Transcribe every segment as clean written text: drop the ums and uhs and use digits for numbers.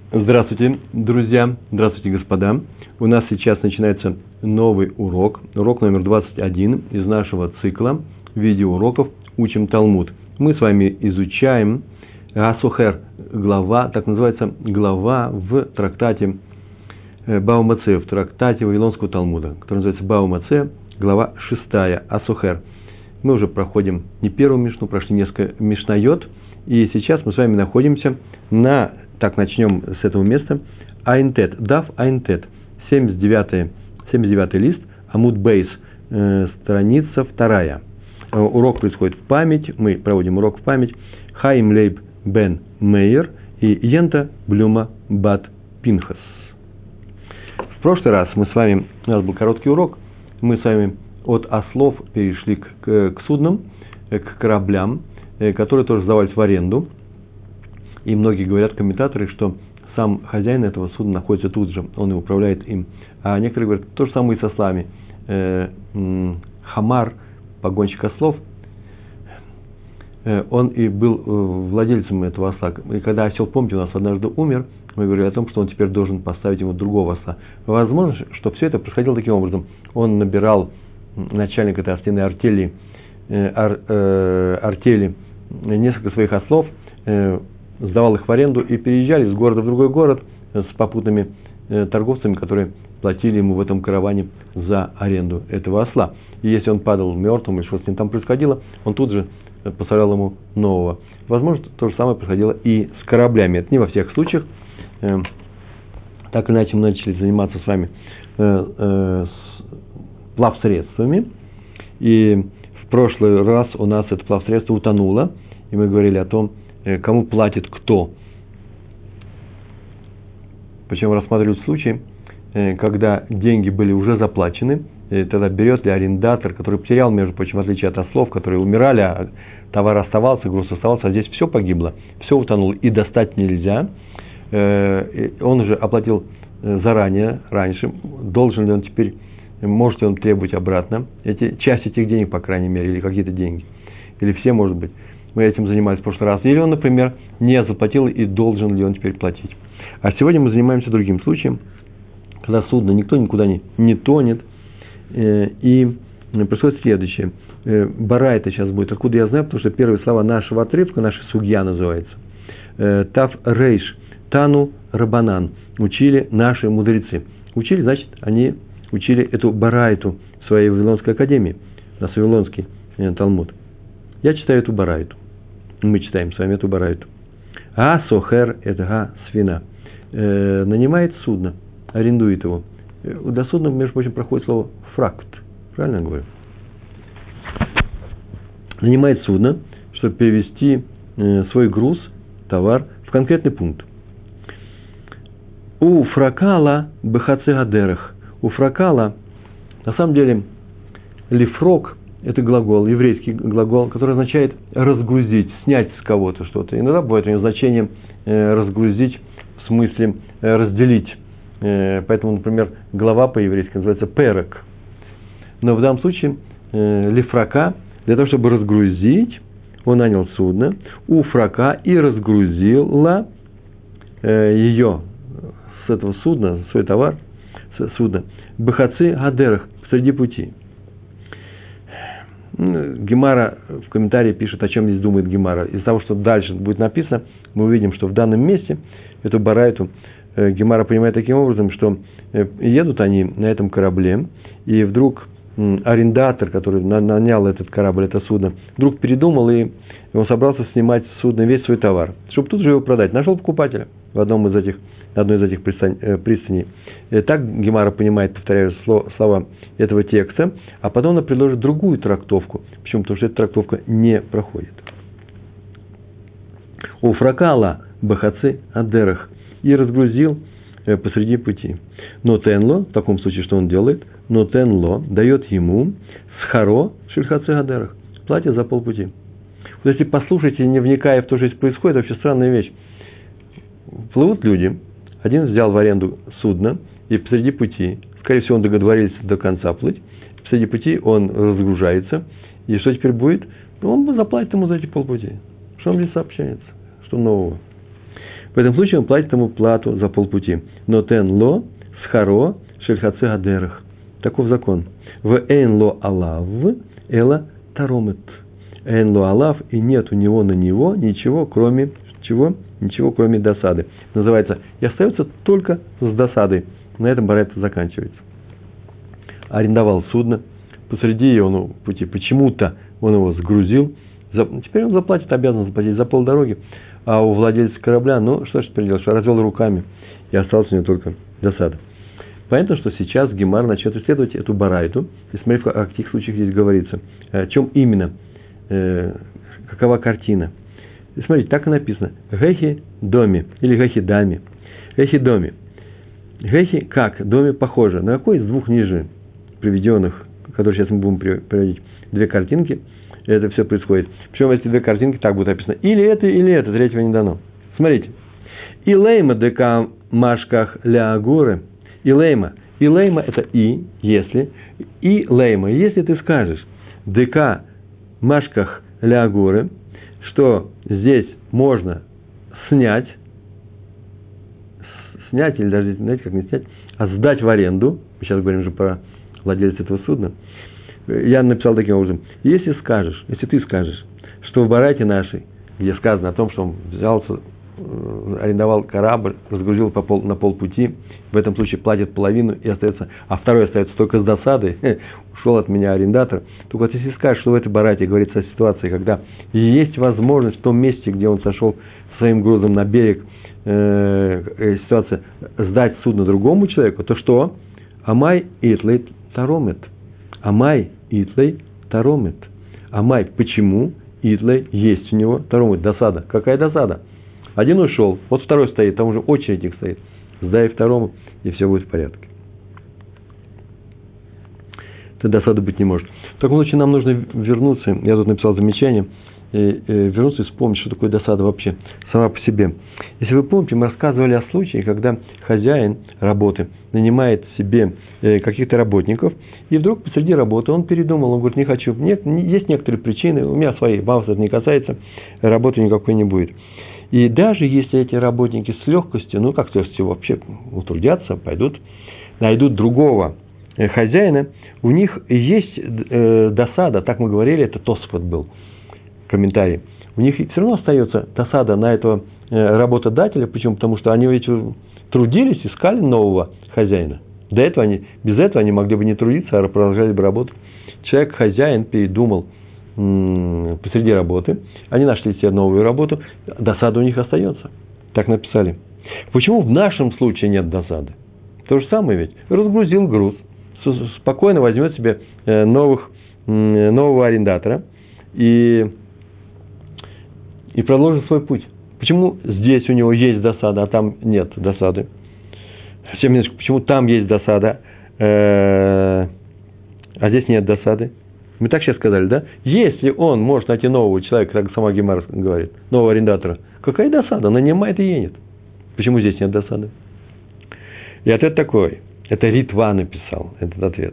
Здравствуйте, друзья, здравствуйте, господа. У нас сейчас начинается новый урок, урок номер 21 из нашего цикла видеоуроков «Учим Талмуд». Мы с вами изучаем Асухер, глава, так называется глава в трактате Бава Меция, в трактате Вавилонского Талмуда, который называется Бава Меция, глава 6, Асухер. Мы уже проходим не первую мишну, прошли несколько мишнайот, и сейчас мы с вами находимся на... Так, начнем с этого места. Айнтет, Дав Айнтет, 79 лист, Амуд Бейс, страница 2. Урок происходит в память, мы проводим урок в память. Хаим Лейб бен Мейер и Йента Блюма бат Пинхас. В прошлый раз у нас был короткий урок, мы с вами от ослов перешли к суднам, к кораблям, которые тоже сдавались в аренду. И многие говорят, комментаторы, что сам хозяин этого судна находится тут же, он и управляет им. А некоторые говорят, то же самое и со ослами. Хамар, погонщик ослов, он и был владельцем этого осла. И когда осел, помните, у нас однажды умер, мы говорили о том, что он теперь должен поставить ему другого осла. Возможно, что все это происходило таким образом. Он набирал начальника этой ослиной артели несколько своих ослов, сдавал их в аренду и переезжали из города в другой город с попутными торговцами, которые платили ему в этом караване за аренду этого осла. И если он падал мертвым или что с ним там происходило, он тут же поставлял ему нового. Возможно, то же самое происходило и с кораблями. Это не во всех случаях. Так или иначе мы начали заниматься с вами плавсредствами. И в прошлый раз у нас это плавсредство утонуло, и мы говорили о том, кому платит кто. Причем рассматривают случаи, когда деньги были уже заплачены, и тогда берет ли арендатор, который потерял, между прочим, в отличие от ослов, которые умирали, а товар оставался, груз оставался, а здесь все погибло, все утонуло, и достать нельзя. Он уже оплатил заранее, раньше, должен ли он теперь, может ли он требовать обратно часть этих денег, по крайней мере, или какие-то деньги, или все, может быть. Мы этим занимались в прошлый раз. Или он, например, не заплатил и должен ли он теперь платить. А сегодня мы занимаемся другим случаем, когда судно никто никуда не тонет. И происходит следующее. Бара это сейчас будет. Откуда я знаю? Потому что первые слова нашего отрывка, нашей сугья называется. Тав рейш, тану рабанан. Учили наши мудрецы. Учили, значит, они учили эту барайту в своей Вавилонской академии. Наш Вавилонский Талмуд. Я читаю эту барайту. Мы читаем с вами эту барайту. А сохер это га свина. Нанимает судно, арендует его. До судна, между прочим, проходит слово фракт. Правильно я говорю? Нанимает судно, чтобы перевезти свой груз, товар в конкретный пункт. У фракала бехаце гадерах. У фракала, на самом деле, лифрок – это глагол, еврейский глагол, который означает разгрузить, снять с кого-то что-то. Иногда бывает у него значение разгрузить в смысле разделить. Поэтому, например, глава по-еврейски называется перек. Но в данном случае лифрака, для того, чтобы разгрузить, он нанял судно у фрака и разгрузила ее с этого судна, свой товар, судна, бахацы гадерах, среди пути. Гемара в комментарии пишет, о чем здесь думает Гемара. Из того, что дальше будет написано, мы увидим, что в данном месте эту барайту Гемара понимает таким образом, что едут они на этом корабле, и вдруг арендатор, который нанял этот корабль, это судно, вдруг передумал, и он собрался снимать с судна весь свой товар, чтобы тут же его продать. Нашел покупателя в одной из этих пристаней. Так Гемара понимает, повторяю слова этого текста, а потом она предложит другую трактовку. Почему? Потому что эта трактовка не проходит. У фракала бахацы адерах и разгрузил посреди пути. Но тенло, в таком случае, что он делает? Но тенло дает ему схаро шильхацы адерах, платье за полпути. Вот если послушайте, не вникая в то, что здесь происходит, это вообще странная вещь. Плывут люди, один взял в аренду судно, и посреди пути, скорее всего, он договорился до конца плыть, посреди пути он разгружается, и что теперь будет? Он заплатит ему за эти полпути. Что он здесь сообщается? Что нового? В этом случае он платит ему плату за полпути. Но тен ло схаро шельхаце гадерах. Таков закон. В эйн ло алав эла таромет. Эйн ло алав, и нет у него на него ничего, кроме чего? Ничего, кроме досады. Называется, и остается только с досадой. На этом барайта заканчивается. Арендовал судно. Посреди его пути почему-то он его сгрузил. Теперь он заплатит, обязан заплатить за полдороги. А у владельца корабля, что ж теперь делать, что развел руками, и осталась у него только досада. Понятно, что сейчас Гемара начнет исследовать эту барайту, и смотреть, о каких случаях здесь говорится, о чем именно, какова картина. И смотрите, так и написано. Гехи доми, или гехи дами. Гехи доми. Гехи как? Доми похоже. На какой из двух ниже приведенных, которые сейчас мы будем приводить, две картинки, это все происходит. Причем эти две картинки так будут описаны. Или это, третьего не дано. Смотрите. Илейма дека машках ля агуры. Илейма. Илейма это и, если. И лейма. Если ты скажешь дека машках ля агуры, что здесь можно снять, или даже, знаете, как не снять, а сдать в аренду. Мы сейчас говорим же про владельца этого судна. Я написал таким образом. Если ты скажешь, что в барайте нашей, где сказано о том, что он взялся, арендовал корабль, разгрузил на полпути, в этом случае платит половину, и остается, а второй остается только с досадой, ушел от меня арендатор. Только вот если скажешь, что в этой барате говорится о ситуации, когда есть возможность в том месте, где он сошел своим грузом на берег, ситуация сдать судно другому человеку, то что? Амай итлей таромет. Амай итлей таромет. Амай, почему? Итлей есть у него таромет. Досада. Какая досада? Один ушел, вот второй стоит, там уже очередь их стоит. Сдай второму, и все будет в порядке. Это досады быть не может. В таком случае нам нужно вернуться, я тут написал замечание, вернуться и вспомнить, что такое досада вообще сама по себе. Если вы помните, мы рассказывали о случае, когда хозяин работы нанимает себе каких-то работников, и вдруг посреди работы он передумал, он говорит, не хочу, есть некоторые причины, у меня свои, вас это не касается, работы никакой не будет. И даже если эти работники с легкостью, как с легкостью вообще утрудятся, пойдут, найдут другого хозяина, у них есть досада, так мы говорили, это Тосфот был, комментарий. У них все равно остается досада на этого работодателя, почему? Потому что они ведь трудились, искали нового хозяина. Без этого они могли бы не трудиться, а продолжали бы работать. Человек, хозяин, передумал посреди работы, они нашли себе новую работу, досада у них остается. Так написали. Почему в нашем случае нет досады? То же самое ведь. Разгрузил груз, спокойно возьмет себе нового арендатора и продолжит свой путь. Почему здесь у него есть досада, а там нет досады? Почему там есть досада, а здесь нет досады? Мы так сейчас сказали, да? Если он может найти нового человека, как сама Гемара говорит, нового арендатора, какая досада? Нанимает и едет. Почему здесь нет досады? И ответ такой. Это Ритва написал этот ответ.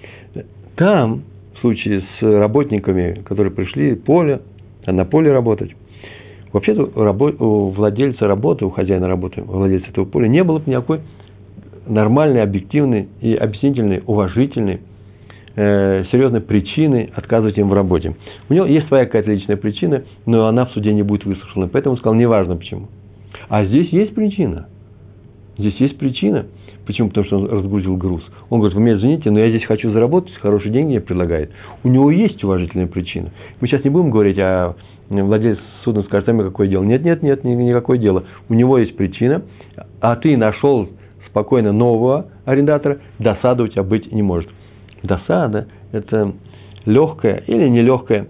Там, в случае с работниками, которые пришли на поле работать, вообще-то у владельца работы, у хозяина работы, у владельца этого поля не было бы никакой нормальной, объективной и объяснительной, уважительной, серьезной причины отказывать им в работе. У него есть своя какая-то личная причина, но она в суде не будет выслушана. Поэтому он сказал, неважно почему. А здесь есть причина. Здесь есть причина. Почему? Потому что он разгрузил груз. Он говорит, вы меня извините, но я здесь хочу заработать, хорошие деньги мне предлагает. У него есть уважительная причина. Мы сейчас не будем говорить, а владелец судна скажет, а мне какое дело? Нет, никакое дело. У него есть причина, а ты нашел спокойно нового арендатора, досада у тебя быть не может. Досада – это легкое или нелегкое,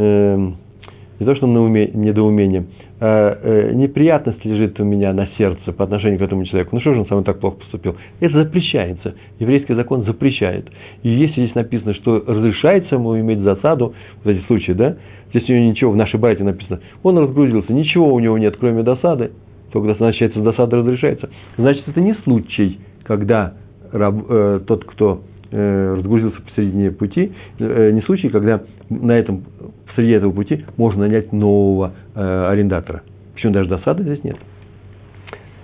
не то что недоумение, а неприятность лежит у меня на сердце по отношению к этому человеку. Что же он со мной так плохо поступил? Это запрещается. Еврейский закон запрещает. И если здесь написано, что разрешается ему иметь досаду, в эти случаи, да, здесь у него ничего, в нашей братье написано, он разгрузился, ничего у него нет, кроме досады, только означается, досада разрешается. Значит, это не случай, когда тот, кто разгрузился посередине пути, не случай, когда посреди этого пути можно нанять нового арендатора. Почему даже досады здесь нет?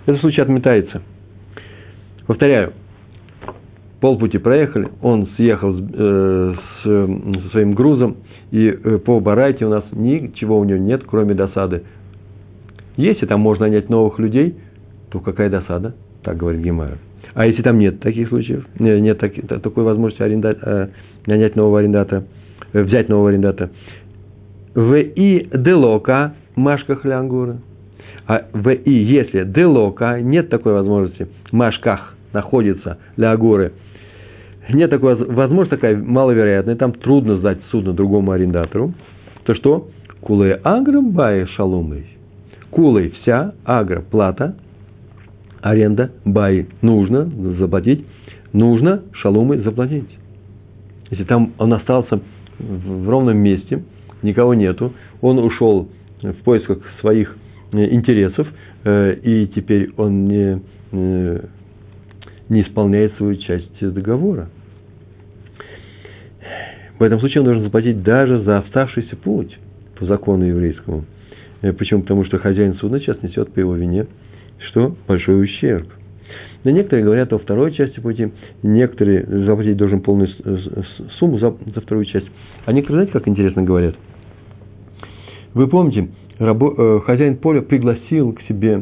Этот случай отметается. Повторяю, полпути проехали, он съехал со своим грузом, и по барайте у нас ничего у него нет, кроме досады. Если там можно нанять новых людей, то какая досада, так говорит Гемара. А если там нет таких случаев, нет такой возможности нанять нового арендатора, взять нового арендатора. В.И. делока машках лянгура. А В.И. если делока, нет такой возможности, машках находится лягуры, нет такой возможности, такая маловероятная, там трудно сдать судно другому арендатору, то что? Кулей агра бай шалумой. Кулей вся, агра плата, аренда, бай нужно заплатить, нужно шалумой заплатить. Если там он остался в ровном месте, никого нету, он ушел в поисках своих интересов, и теперь он не исполняет свою часть договора. В этом случае он должен заплатить даже за оставшийся путь по закону еврейскому. Почему? Потому что хозяин судна сейчас несет по его вине что? Большой ущерб. Но некоторые говорят о второй части пути, некоторые заплатить должен полную сумму за вторую часть. А некоторые, знаете, как интересно говорят? Вы помните, хозяин поля пригласил к себе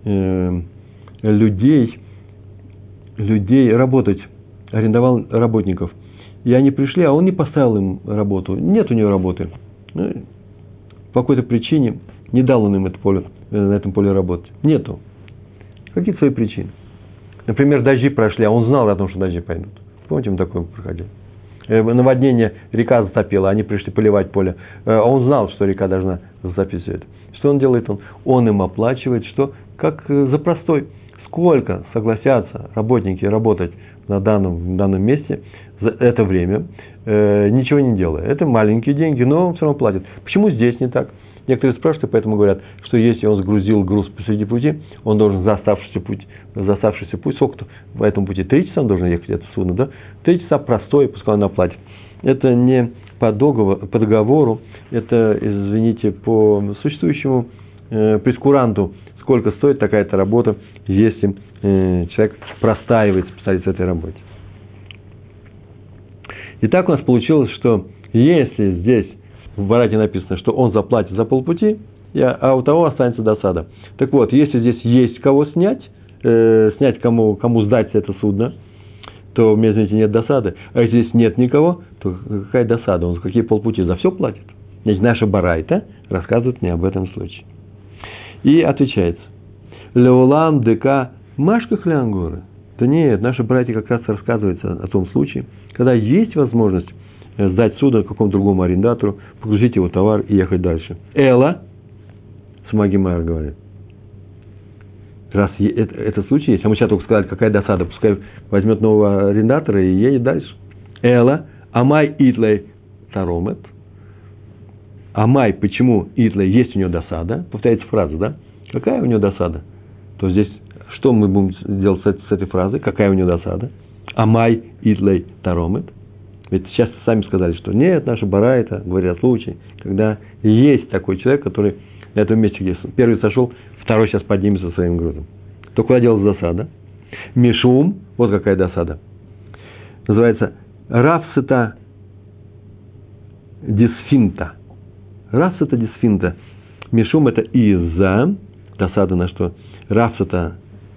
людей работать, арендовал работников. И они пришли, а он не поставил им работу. Нет у него работы. По какой-то причине не дал он им на этом поле работать. Нету. Какие-то свои причины. Например, дожди прошли, а он знал о том, что дожди пойдут. Помните, мы такое проходили? Наводнение, река затопила, они пришли поливать поле. А он знал, что река должна затопить все это. Что он делает? Он им оплачивает, что? Как за простой. Сколько согласятся работники работать на данном месте за это время, ничего не делая. Это маленькие деньги, но он все равно платит. Почему здесь не так? Некоторые спрашивают, и поэтому говорят, что если он сгрузил груз посреди пути, он должен за оставшийся путь, сколько-то в этом пути, 3 часа он должен ехать, это судно, да? 3 часа простой, пускай он оплатит. Это не по договору, это, извините, по существующему прескуранту, сколько стоит такая-то работа, если человек простаивается в этой работе. Итак, у нас получилось, что если здесь в барате написано, что он заплатит за полпути, а у того останется досада. Так вот, если здесь есть кого снять кому сдать это судно, то у меня, извините, нет досады. А если здесь нет никого, то какая досада? Он за какие полпути? За все платит. Значит, наша барайта рассказывает мне об этом случае. И отвечается. Леолам ДК Машках Лянгоры. Да нет, наша братья как раз рассказывается о том случае, когда есть возможность сдать судно какому-то другому арендатору, погрузить его товар и ехать дальше. Эла, Самаги Майер говорит, раз этот случай есть, а мы сейчас только сказали, какая досада, пускай возьмет нового арендатора и едет дальше. Эла, Амай Итлей Таромет. Амай, почему Итлей, есть у него досада, повторяется фраза, да? Какая у него досада? То здесь, что мы будем делать с этой фразой? Какая у него досада? Амай Итлей Таромет. Ведь сейчас сами сказали, что нет, наша барайта, говорят о случае, когда есть такой человек, который на этом месте, где первый сошел, второй сейчас поднимется своим грузом. То куда делась досада? Мишум, вот какая досада. Называется Рафсета Дисфинта. Рафсета Дисфинта. Мишум это из-за, досада на что? Рафсета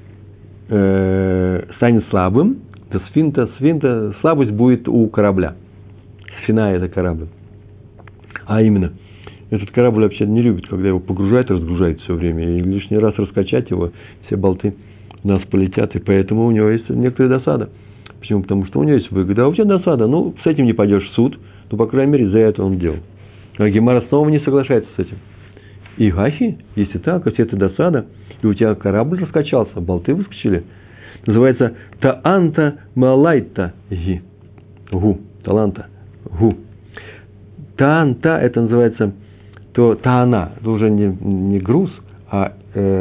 станет слабым. Свинта, слабость будет у корабля. Сфина – это корабль. А именно, этот корабль вообще не любит, когда его погружают и разгружают все время. И лишний раз раскачать его, все болты у нас полетят. И поэтому у него есть некоторая досада. Почему? Потому что у него есть выгода. А у тебя досада. Ну, с этим не пойдешь в суд. Ну, по крайней мере, за это он делал. А Гемара снова не соглашается с этим. И гахи, если так, если это досада, и у тебя корабль раскачался, болты выскочили, называется таанта малайта ги. Таланта. Гу. Таанта, это называется таана. Это уже не груз, а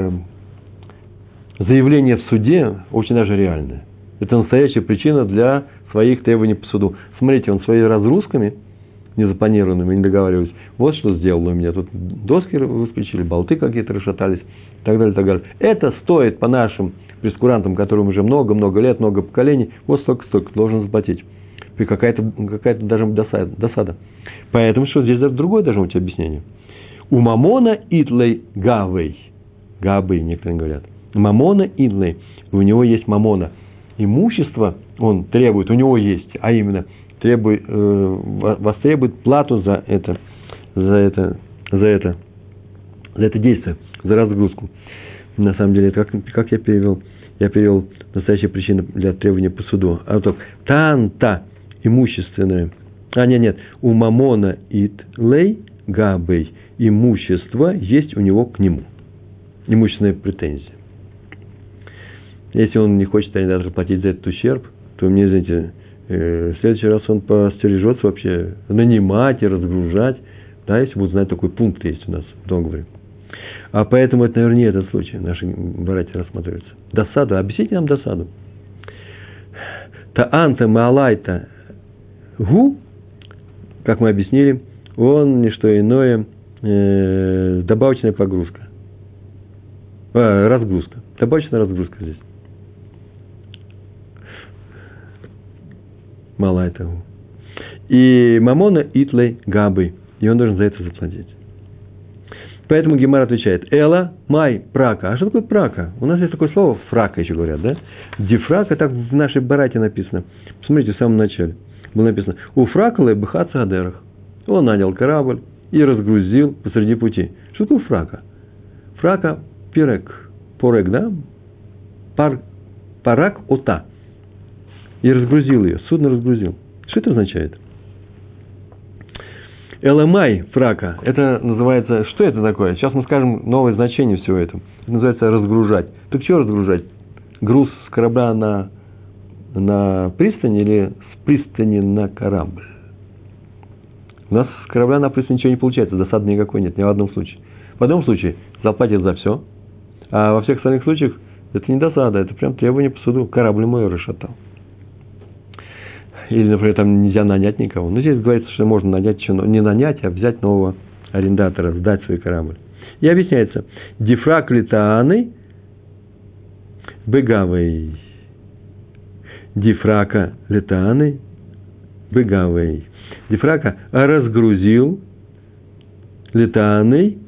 заявление в суде очень даже реальное. Это настоящая причина для своих требований по суду. Смотрите, он своими разгрузками незапланированные, мы не договаривались. Вот что сделало у меня. Тут доски выскочили, болты какие-то расшатались, и так далее, и так далее. Это стоит по нашим прескурантам, которым уже много-много лет, много поколений, вот столько должен заплатить. Какая-то даже досада. Поэтому что здесь другое должно быть объяснение. У мамона итлей гавей. Габы, некоторые говорят. Мамона итлей. У него есть мамона. Имущество он требует, у него есть, а именно востребует плату за это действие, за разгрузку. На самом деле, как я перевел? Я перевел настоящая причина для требования по суду. А вот танта имущественное. Нет. У мамона итлей габей. Имущество есть у него к нему. Имущественная претензия. Если он не хочет арендатору платить за этот ущерб, то мне, извините, в следующий раз он постережется вообще нанимать и разгружать, да, если будут знать, такой пункт есть у нас в договоре. А поэтому это, наверное, не этот случай, наши братья рассматриваются. Досаду, объясните нам досаду. Таанта маалайта гу, как мы объяснили, он не что иное, добавочная погрузка. Разгрузка. Добавочная разгрузка здесь. Малайта гу. И мамона итлей габы. И он должен за это заплатить. Поэтому Гемара отвечает: Эла май прака. А что такое прака? У нас есть такое слово фрака, еще говорят, да? Дифрака, так в нашей барате написано. Посмотрите, в самом начале было написано: у фрака лэ бхат садерах. Он нанял корабль и разгрузил посреди пути. Что такое фрака? Фрака пирек. Порек, да? Парак ота. И разгрузил ее. Судно разгрузил. Что это означает? Эламай фрака. Это называется... Что это такое? Сейчас мы скажем новое значение всего этого. Это называется разгружать. Так что разгружать? Груз с корабля на пристань или с пристани на корабль? У нас с корабля на пристань ничего не получается. Досады никакой нет. Ни в одном случае. В одном случае заплатят за все. А во всех остальных случаях это не досада. Это прям требование по суду. Корабль мой расшатал. Или, например, там нельзя нанять никого. Но здесь говорится, что можно нанять, не нанять, а взять нового арендатора, сдать свой корабль. И объясняется: дифрак литааны бегавей. Дифрака литааны бегавей. Дифрака разгрузил литааны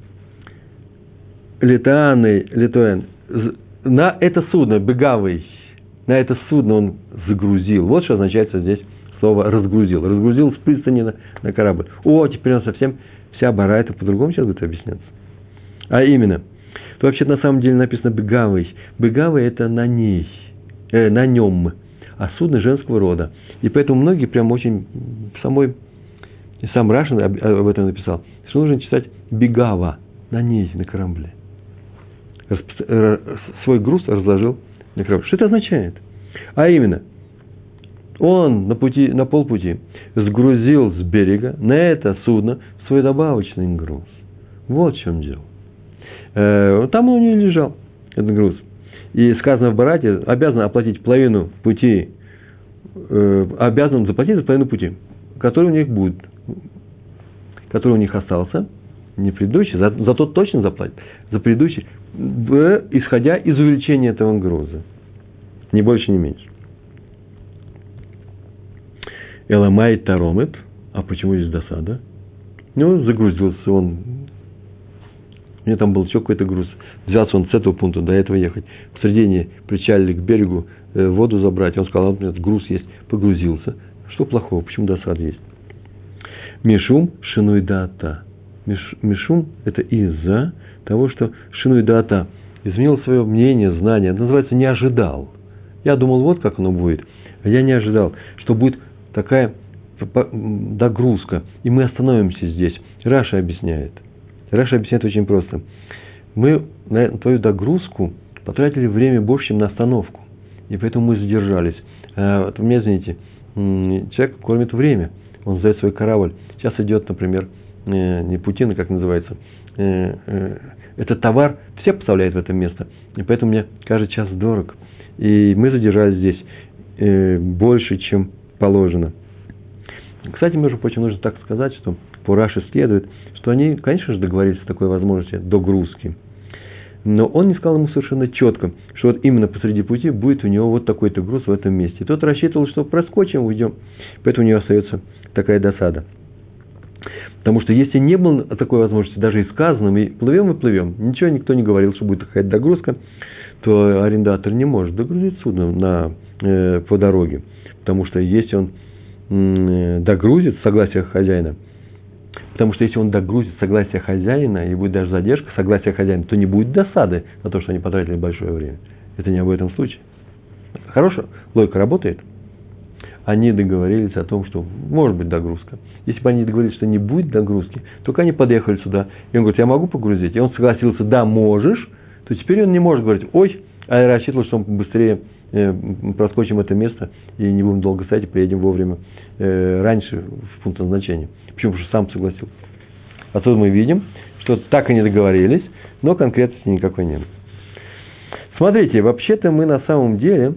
литоэн. На это судно бегавей. На это судно он загрузил. Вот что означает здесь слово «разгрузил». Разгрузил с пристани на корабль. Теперь он совсем вся барайта по-другому сейчас будет объясняться. А именно, то вообще-то на самом деле написано «бегавый». «Бегавый» – это на ней, на нем. А судно женского рода. И поэтому многие прям очень сам Рашин об этом написал, что нужно читать «бегава» на ней, на корабле. Свой груз разложил на корабль. Что это означает? А именно, он на полпути сгрузил с берега на это судно свой добавочный груз. Вот в чем дело. Там он не лежал, этот груз. И сказано в Барате, обязан оплатить половину пути, обязан заплатить за половину пути, который у них будет, который у них остался, не предыдущий, за тот точно заплатит, за предыдущий, исходя из увеличения этого груза. Ни больше, ни меньше. Эламай таромет. А почему здесь досада? Загрузился он. У меня там был еще какой-то груз. Взялся он с этого пункта до этого ехать. В середине причалили к берегу воду забрать. Он сказал: нет, груз есть. Погрузился. Что плохого? Почему досада есть? Мишум шинуй дата. Мишум – это из-за того, что шинуй дата изменил свое мнение, знание. Это называется «не ожидал». Я думал, вот как оно будет. А я не ожидал, что будет такая догрузка. И мы остановимся здесь. Раша объясняет. Раша объясняет очень просто. Мы на твою догрузку потратили время больше, чем на остановку. И поэтому мы задержались. Вот, мне, извините, человек кормит время. Он сдает свой корабль. Сейчас идет, например, не путина, как называется. Этот товар все поставляют в это место. И поэтому мне каждый час дорог. И мы задержались здесь больше, чем положено. Кстати, между прочим, нужно так сказать, что по Раши следует, что они, конечно же, договорились о такой возможности догрузки. Но он не сказал ему совершенно четко, что вот именно посреди пути будет у него вот такой-то груз в этом месте. И тот рассчитывал, что проскочим, уйдем. Поэтому у него остается такая досада. Потому что если не было такой возможности, даже и сказанным, и плывем, ничего никто не говорил, что будет какая-то догрузка, то арендатор не может догрузить судно по дороге. Потому что если он догрузит согласие хозяина, потому что если он догрузит согласие хозяина, и будет даже задержка согласия хозяина, то не будет досады на то, что они потратили большое время. Это не об этом случае. Хорошо, логика работает. Они договорились о том, что может быть догрузка. Если бы они договорились, что не будет догрузки, только они подъехали сюда, и он говорит, я могу погрузить? И он согласился, да, можешь, то теперь он не может говорить, ой, а я рассчитывал, что мы быстрее проскочим это место и не будем долго стоять, и приедем вовремя раньше в пункт назначения. Почему? Потому что сам согласился. Отсюда мы видим, что так они договорились, но конкретности никакой не было. Смотрите, вообще-то мы на самом деле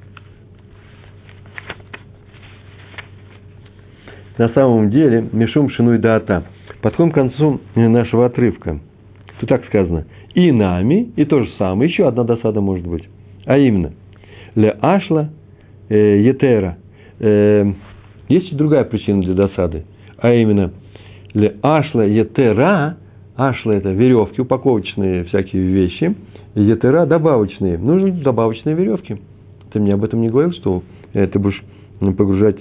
мишум шинуй даата. Подходим к концу нашего отрывка. Тут так сказано. И нами, и то же самое. Еще одна досада может быть. А именно. Ле ашла етера. Есть и другая причина для досады. А именно. Ле ашла етера. Ашла это веревки, упаковочные всякие вещи. Етера добавочные. Нужны добавочные веревки. Ты мне об этом не говорил, что ты будешь погружать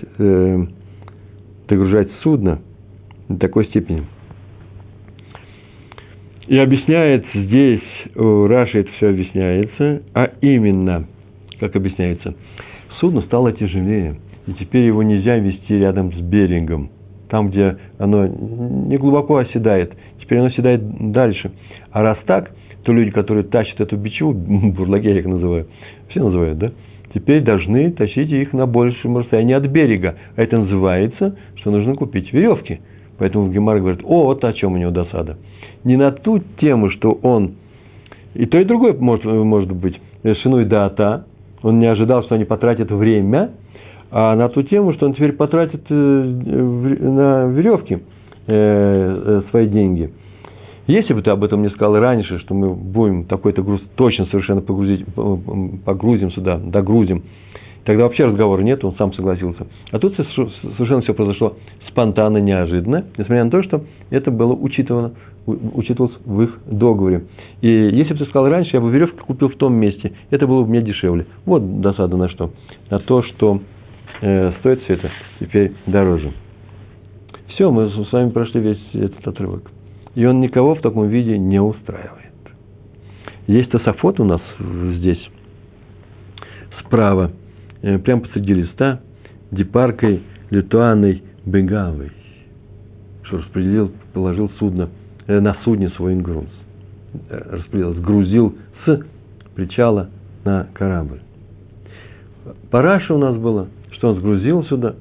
судно до такой степени. И объясняется здесь, у Раши это все объясняется, а именно, как объясняется, судно стало тяжелее, и теперь его нельзя вести рядом с берегом, там, где оно не глубоко оседает, теперь оно оседает дальше. А раз так, то люди, которые тащат эту бичеву, бурлаги я их называю, все называют, да? Теперь должны тащить их на большем расстоянии от берега. А это называется, что нужно купить веревки. Поэтому Гемара говорит, вот о чем у него досада. Не на ту тему, что он... И то, и другое может быть. Шинуй даата. Он не ожидал, что они потратят время. А на ту тему, что он теперь потратит на веревки свои деньги. Если бы ты об этом мне сказал раньше, что мы будем такой-то груз точно совершенно погрузим сюда, догрузим, тогда вообще разговора нет, он сам согласился. А тут совершенно все произошло спонтанно, неожиданно, несмотря на то, что это было учитывалось в их договоре. И если бы ты сказал раньше, я бы веревки купил в том месте, это было бы мне дешевле. Вот досада на что? На то, что стоит все это теперь дороже. Все, мы с вами прошли весь этот отрывок. И он никого в таком виде не устраивает. Есть тосафот у нас здесь, справа, прямо посреди листа, дипаркой, литуаной, бегавой, что положил судно, на судне свой груз. Сгрузил с причала на корабль. Параша у нас было, что он сгрузил сюда.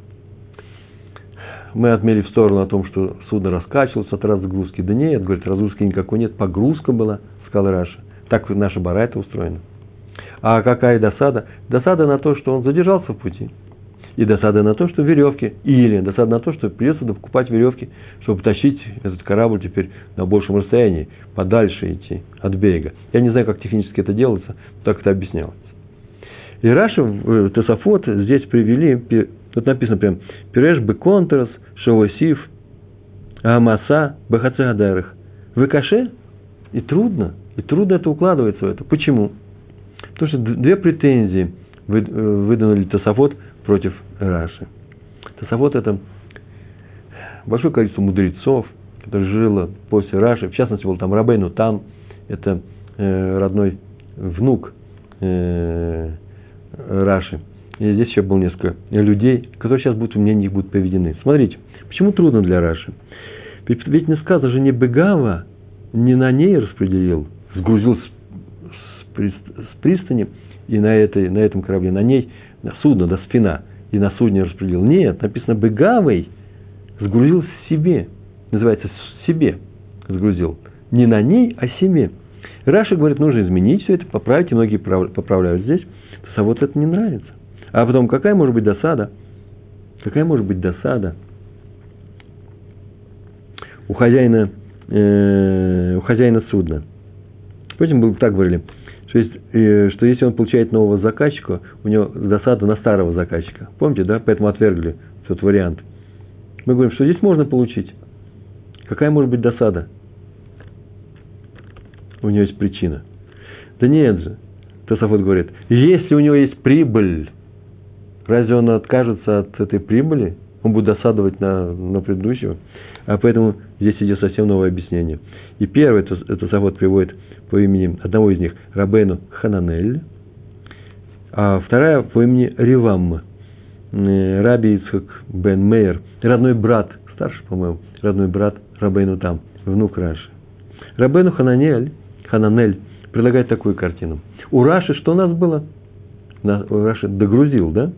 Мы отмели в сторону о том, что судно раскачивалось от разгрузки. Да нет, говорит, разгрузки никакой нет, погрузка была, сказал Раша. Так наша барайта устроена. А какая досада? Досада на то, что он задержался в пути. И досада на то, что веревки. Или досада на то, что придется покупать веревки, чтобы тащить этот корабль теперь на большем расстоянии, подальше идти от берега. Я не знаю, как технически это делается, так это объяснялось. И Раша, Тосафот здесь привели, тут написано прям, «Пиреш беконтрас, шелосив, амаса, бахацегадарых». Выкаше, и трудно это укладывается в это. Почему? Потому что две претензии выдвинули Тосафот против Раши. Тосафот – это большое количество мудрецов, которые жило после Раши. В частности, был там Рабейну Там, это родной внук Раши. И здесь еще было несколько людей, которые сейчас у меня не будут приведены. Смотрите, почему трудно для Раши? Ведь не сказано же, не Бегава, не на ней распределил, сгрузил с пристани, и на этом корабле, на ней, на судно, до спина, и на судне распределил. Нет, написано Бегавой, сгрузил себе, называется себе сгрузил. Не на ней, а себе. Раша говорит, нужно изменить все это, поправить, и многие поправляют здесь. А вот это не нравится. А потом, какая может быть досада? Какая может быть досада у хозяина судна? Помните, мы так говорили, что если он получает нового заказчика, у него досада на старого заказчика. Помните, да? Поэтому отвергли тот вариант. Мы говорим, что здесь можно получить. Какая может быть досада? У него есть причина. Да нет же. Тосафот говорит, если у него есть прибыль, разве он откажется от этой прибыли? Он будет досадовать на предыдущего. А поэтому здесь идет совсем новое объяснение. И первый Тосафот приводит по имени одного из них Рабейну Хананель, а вторая по имени Ривам, Раби Ицхак бен Мейер, родной брат, старший, по-моему, родной брат Рабейну Там, внук Раши. Рабейну Хананель предлагает такую картину. У Раши что у нас было? У Раши догрузил, да?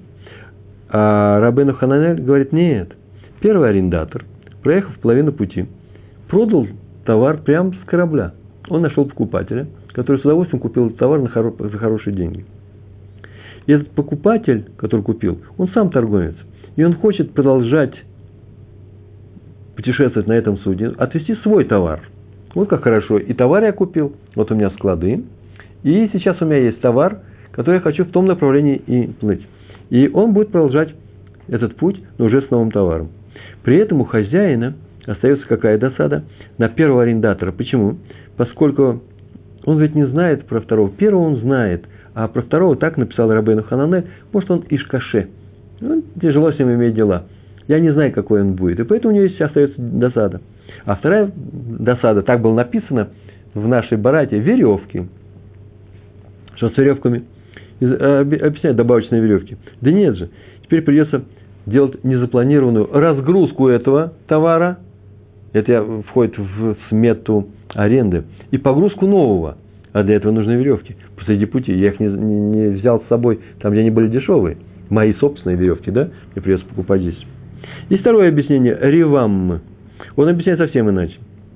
А Рабейну Хананель говорит, нет. Первый арендатор, проехав половину пути, продал товар прямо с корабля. Он нашел покупателя, который с удовольствием купил этот товар за хорошие деньги. И этот покупатель, который купил, он сам торговец. И он хочет продолжать путешествовать на этом судне, отвезти свой товар. Вот как хорошо. И товар я купил. Вот у меня склады. И сейчас у меня есть товар, который я хочу в том направлении и плыть. И он будет продолжать этот путь, но уже с новым товаром. При этом у хозяина остается какая досада? На первого арендатора. Почему? Поскольку он ведь не знает про второго. Первого он знает, а про второго так написал Рабейну Хананель. Может, он ишкаше. Тяжело с ним иметь дела. Я не знаю, какой он будет. И поэтому у него есть остается досада. А вторая досада, так было написано в нашей барате, веревки. Что с веревками? Объясняют добавочные веревки. Да нет же. Теперь придется делать незапланированную разгрузку этого товара. Это входит в смету аренды. И погрузку нового. А для этого нужны веревки. Посреди пути. Я их не взял с собой там, где они были дешевые. Мои собственные веревки, да? Мне придется покупать здесь. И второе объяснение. Ривам. Он объясняет совсем иначе.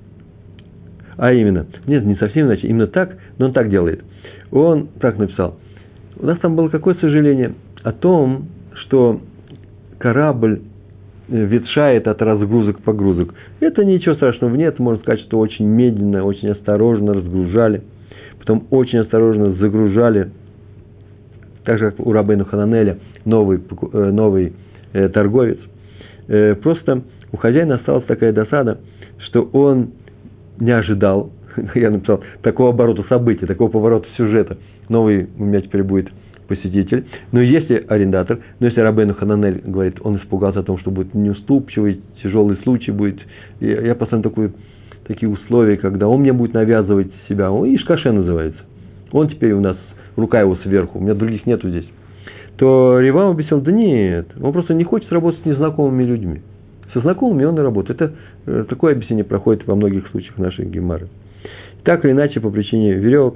А именно. Нет, не совсем иначе. Именно так, но он так делает. Он так написал. У нас там было какое сожаление о том, что корабль ветшает от разгрузок-погрузок. Это ничего страшного нет. Можно сказать, что очень медленно, очень осторожно разгружали. Потом очень осторожно загружали. Так же, как у Рабейну Хананеля, новый торговец. Просто у хозяина осталась такая досада, что он не ожидал, я написал, такого оборота событий, такого поворота сюжета. Новый у меня теперь будет посетитель. Но если арендатор, но если Рабейну Хананель говорит, он испугался о том, что будет неуступчивый, тяжелый случай будет. Я поставлю такие условия, когда он мне будет навязывать себя. Он ишкаше называется. Он теперь у нас, рука его сверху, у меня других нету здесь. То Ривам объяснил, да нет, он просто не хочет работать с незнакомыми людьми. Со знакомыми он и работает. Это такое объяснение проходит во многих случаях нашей гемары. Так или иначе, по причине веревок,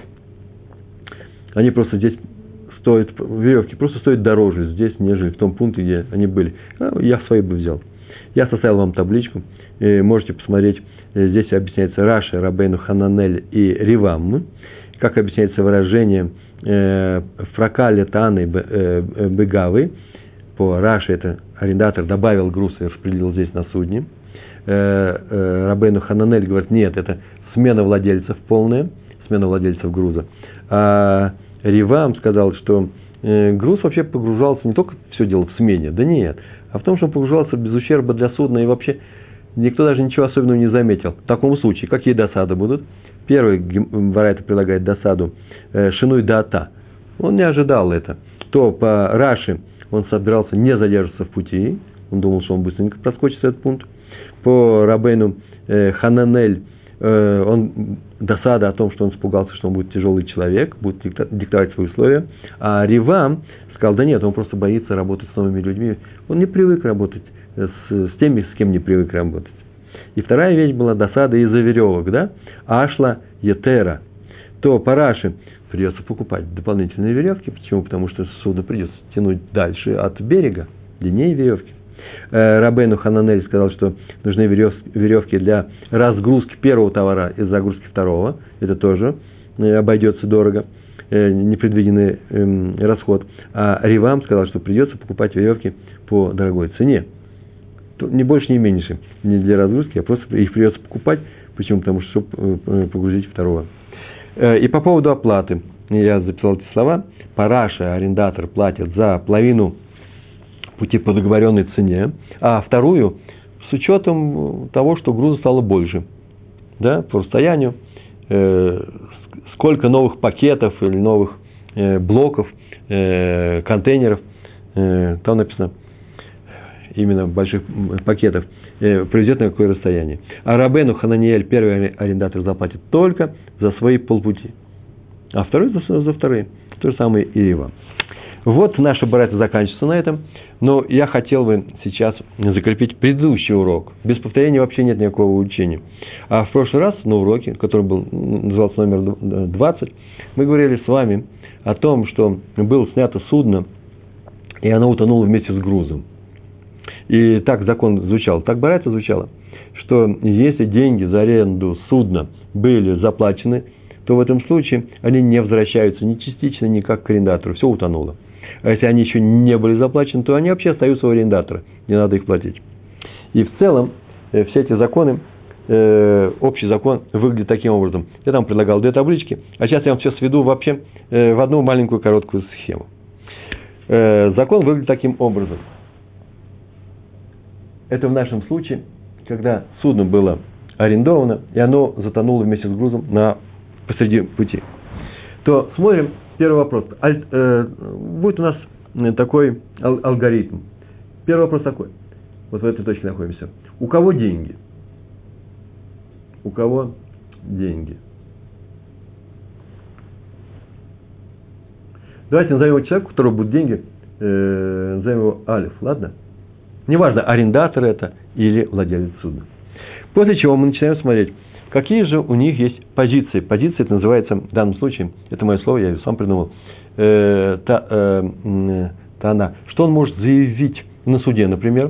они просто здесь веревки просто стоят дороже здесь, нежели в том пункте, где они были. Я свои бы взял. Я составил вам табличку, можете посмотреть. Здесь объясняется Раши, Рабейну Хананель и Ривам. Как объясняется выражение фракале таны бегавы. По Раши это арендатор добавил груз и распределил здесь на судне. Рабейну Хананель говорит, нет, это смена владельцев полная, смена владельцев груза. А Ривам сказал, что груз вообще погружался не только все дело в смене, да нет, а в том, что он погружался без ущерба для судна, и вообще никто даже ничего особенного не заметил. В таком случае, какие досады будут? Первый вариант предлагает досаду шинуй даата. Он не ожидал это. То по Раши он собирался не задерживаться в пути, он думал, что он быстренько проскочит этот пункт. По Рабейну Хананель он досада о том, что он испугался, что он будет тяжелый человек, будет диктовать свои условия. А Ривам сказал, да нет, он просто боится работать с новыми людьми. Он не привык работать с теми, с кем не привык работать. И вторая вещь была досада из-за веревок, да? Ашла етера. То по Раши придется покупать дополнительные веревки. Почему? Потому что судно придется тянуть дальше от берега, длиннее веревки. Рабейну Хананель сказал, что нужны веревки для разгрузки первого товара и загрузки второго. Это тоже обойдется дорого. непредвиденный расход. А Ревам сказал, что придется покупать веревки по дорогой цене. Не больше, не меньше. Не для разгрузки, а просто их придется покупать. Почему? Потому что, чтобы погрузить второго. И по поводу оплаты. Я записал эти слова. Параша, арендатор, платит за половину пути по договоренной цене, а вторую с учетом того, что груза стало больше. Да, по расстоянию. Сколько новых пакетов или новых блоков, контейнеров, там написано именно больших пакетов, приведет на какое расстояние. А Рабену Хананиэль, первый арендатор, заплатит только за свои полпути, а второй за вторые. То же самое и Рива. Вот наша барайта заканчивается на этом, но я хотел бы сейчас закрепить предыдущий урок. Без повторения вообще нет никакого учения. А в прошлый раз на уроке, который назывался номер 20, мы говорили с вами о том, что было снято судно, и оно утонуло вместе с грузом. И так закон звучал, так барайта звучала, что если деньги за аренду судна были заплачены, то в этом случае они не возвращаются ни частично, ни как к арендатору. Все утонуло. А если они еще не были заплачены, то они вообще остаются у арендатора. Не надо их платить. И в целом все эти законы, общий закон выглядит таким образом. Я там предлагал 2 таблички, а сейчас я вам все сведу вообще в одну маленькую короткую схему. Закон выглядит таким образом. Это в нашем случае, когда судно было арендовано, и оно затонуло вместе с грузом посреди пути. То смотрим, первый вопрос. Будет у нас такой алгоритм. Первый вопрос такой. Вот в этой точке находимся. У кого деньги? У кого деньги? Давайте назовем его человека, у которого будут деньги, назовем его Алиф, ладно? Неважно, арендатор это или владелец судна. После чего мы начинаем смотреть, какие же у них есть позиции. Позиция это называется, в данном случае, это мое слово, я ее сам придумал, тана. Что он может заявить на суде, например?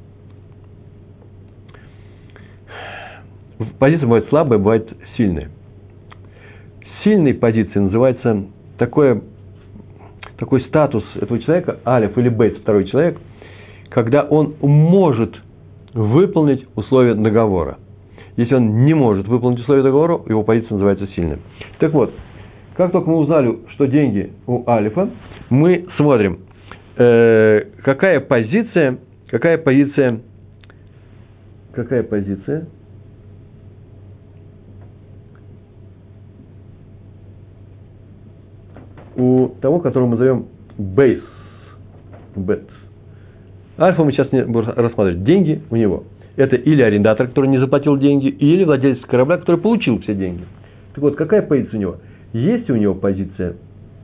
Позиция бывает слабая, бывает сильная. Сильной позицией называется такой статус этого человека, алиф или бейт, второй человек, когда он может выполнить условия договора. Если он не может выполнить условия договора, его позиция называется сильной. Так вот, как только мы узнали, что деньги у алифа, мы смотрим, какая позиция у того, которого мы зовем бейс, бет. Альфа мы сейчас не будем рассматривать. Деньги у него. Это или арендатор, который не заплатил деньги, или владелец корабля, который получил все деньги. Так вот, какая позиция у него? Есть у него позиция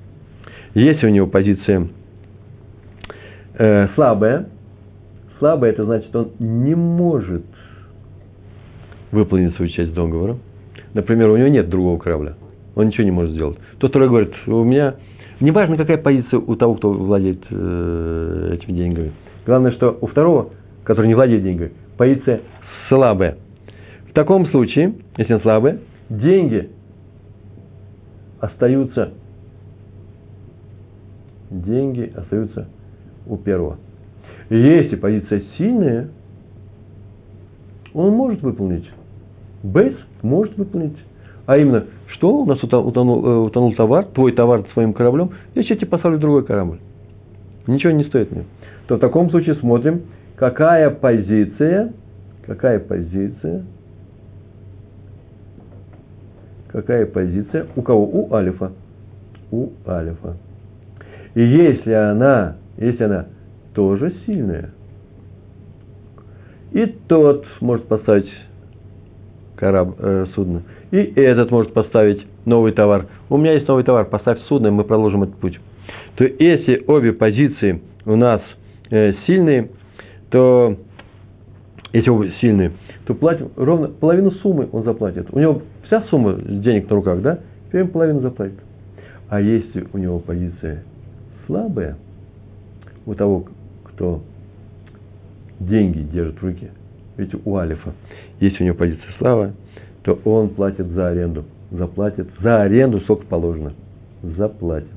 слабая. Слабая, это значит, он не может выполнить свою часть договора. Например, у него нет другого корабля. Он ничего не может сделать. Тот, который говорит, у меня... Неважно, какая позиция у того, кто владеет этими деньгами. Главное, что у второго, который не владеет деньгами, позиция слабая. В таком случае, если он слабый, деньги остаются у первого. Если позиция сильная, он может выполнить. Бейс может выполнить. А именно, что у нас утонул товар, твой товар с своим кораблем, я сейчас тебе поставлю другой корабль. Ничего не стоит мне. То в таком случае смотрим, какая позиция у кого? У алифа. И если она тоже сильная, и тот может поставить судно, и этот может поставить новый товар. У меня есть новый товар, поставь судно, и мы продолжим этот путь. То если обе позиции у нас сильные, то платим ровно половину суммы он заплатит. У него вся сумма денег на руках, да? Теперь он половину заплатит. А если у него позиция слабая, у того, кто деньги держит в руке, ведь у алифа, если у него позиция слабая, то он платит за аренду. Заплатит за аренду, сколько положено. заплатят.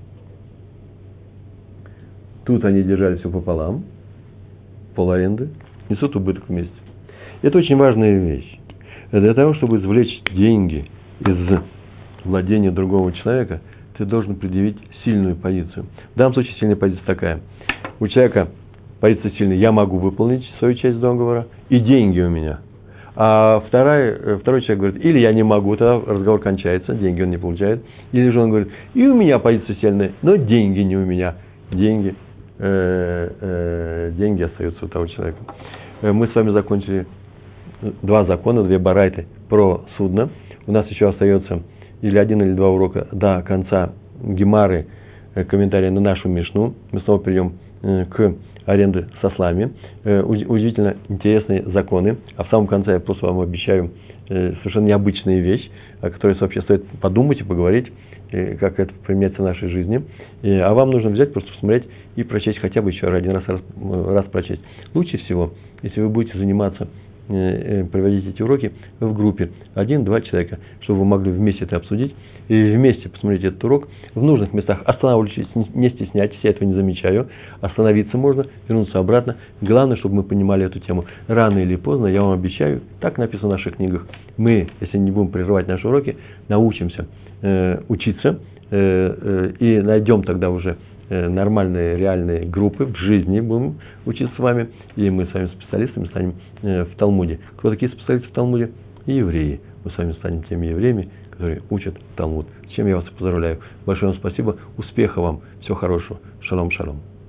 Тут они держали все пополам, пол аренды, несут убыток вместе. Это очень важная вещь. Для того, чтобы извлечь деньги из владения другого человека, ты должен предъявить сильную позицию. В данном случае сильная позиция такая. У человека позиция сильная: я могу выполнить свою часть договора, и деньги у меня. А второй человек говорит: или я не могу, тогда разговор кончается, деньги он не получает. Или же он говорит: и у меня позиция сильная, но деньги не у меня. Деньги остаются у того человека. Мы с вами закончили 2 закона, 2 барайты про судно. У нас еще остается или 1, или 2 урока до конца Гемары, комментария на нашу Мишну. Мы снова перейдем к аренде с ослами. Удивительно интересные законы. А в самом конце я просто вам обещаю совершенно необычную вещь, о которой вообще стоит подумать и поговорить, как это применяется в нашей жизни. А вам нужно взять, просто посмотреть и прочесть хотя бы еще один раз прочесть. Лучше всего, если вы будете заниматься, проводить эти уроки в группе 1-2 человека, чтобы вы могли вместе это обсудить и вместе посмотреть этот урок в нужных местах. Останавливайтесь, не стесняйтесь, я этого не замечаю. Остановиться можно, вернуться обратно. Главное, чтобы мы понимали эту тему. Рано или поздно, я вам обещаю, так написано в наших книгах, мы, если не будем прерывать наши уроки, научимся учиться и найдем тогда уже нормальные, реальные группы в жизни, будем учиться с вами, и мы с вами специалистами станем в Талмуде. Кто такие специалисты в Талмуде? Евреи. Мы с вами станем теми евреями, которые учат Талмуд. С чем я вас и поздравляю. Большое вам спасибо, успехов вам, всего хорошего. Шалом, шалом.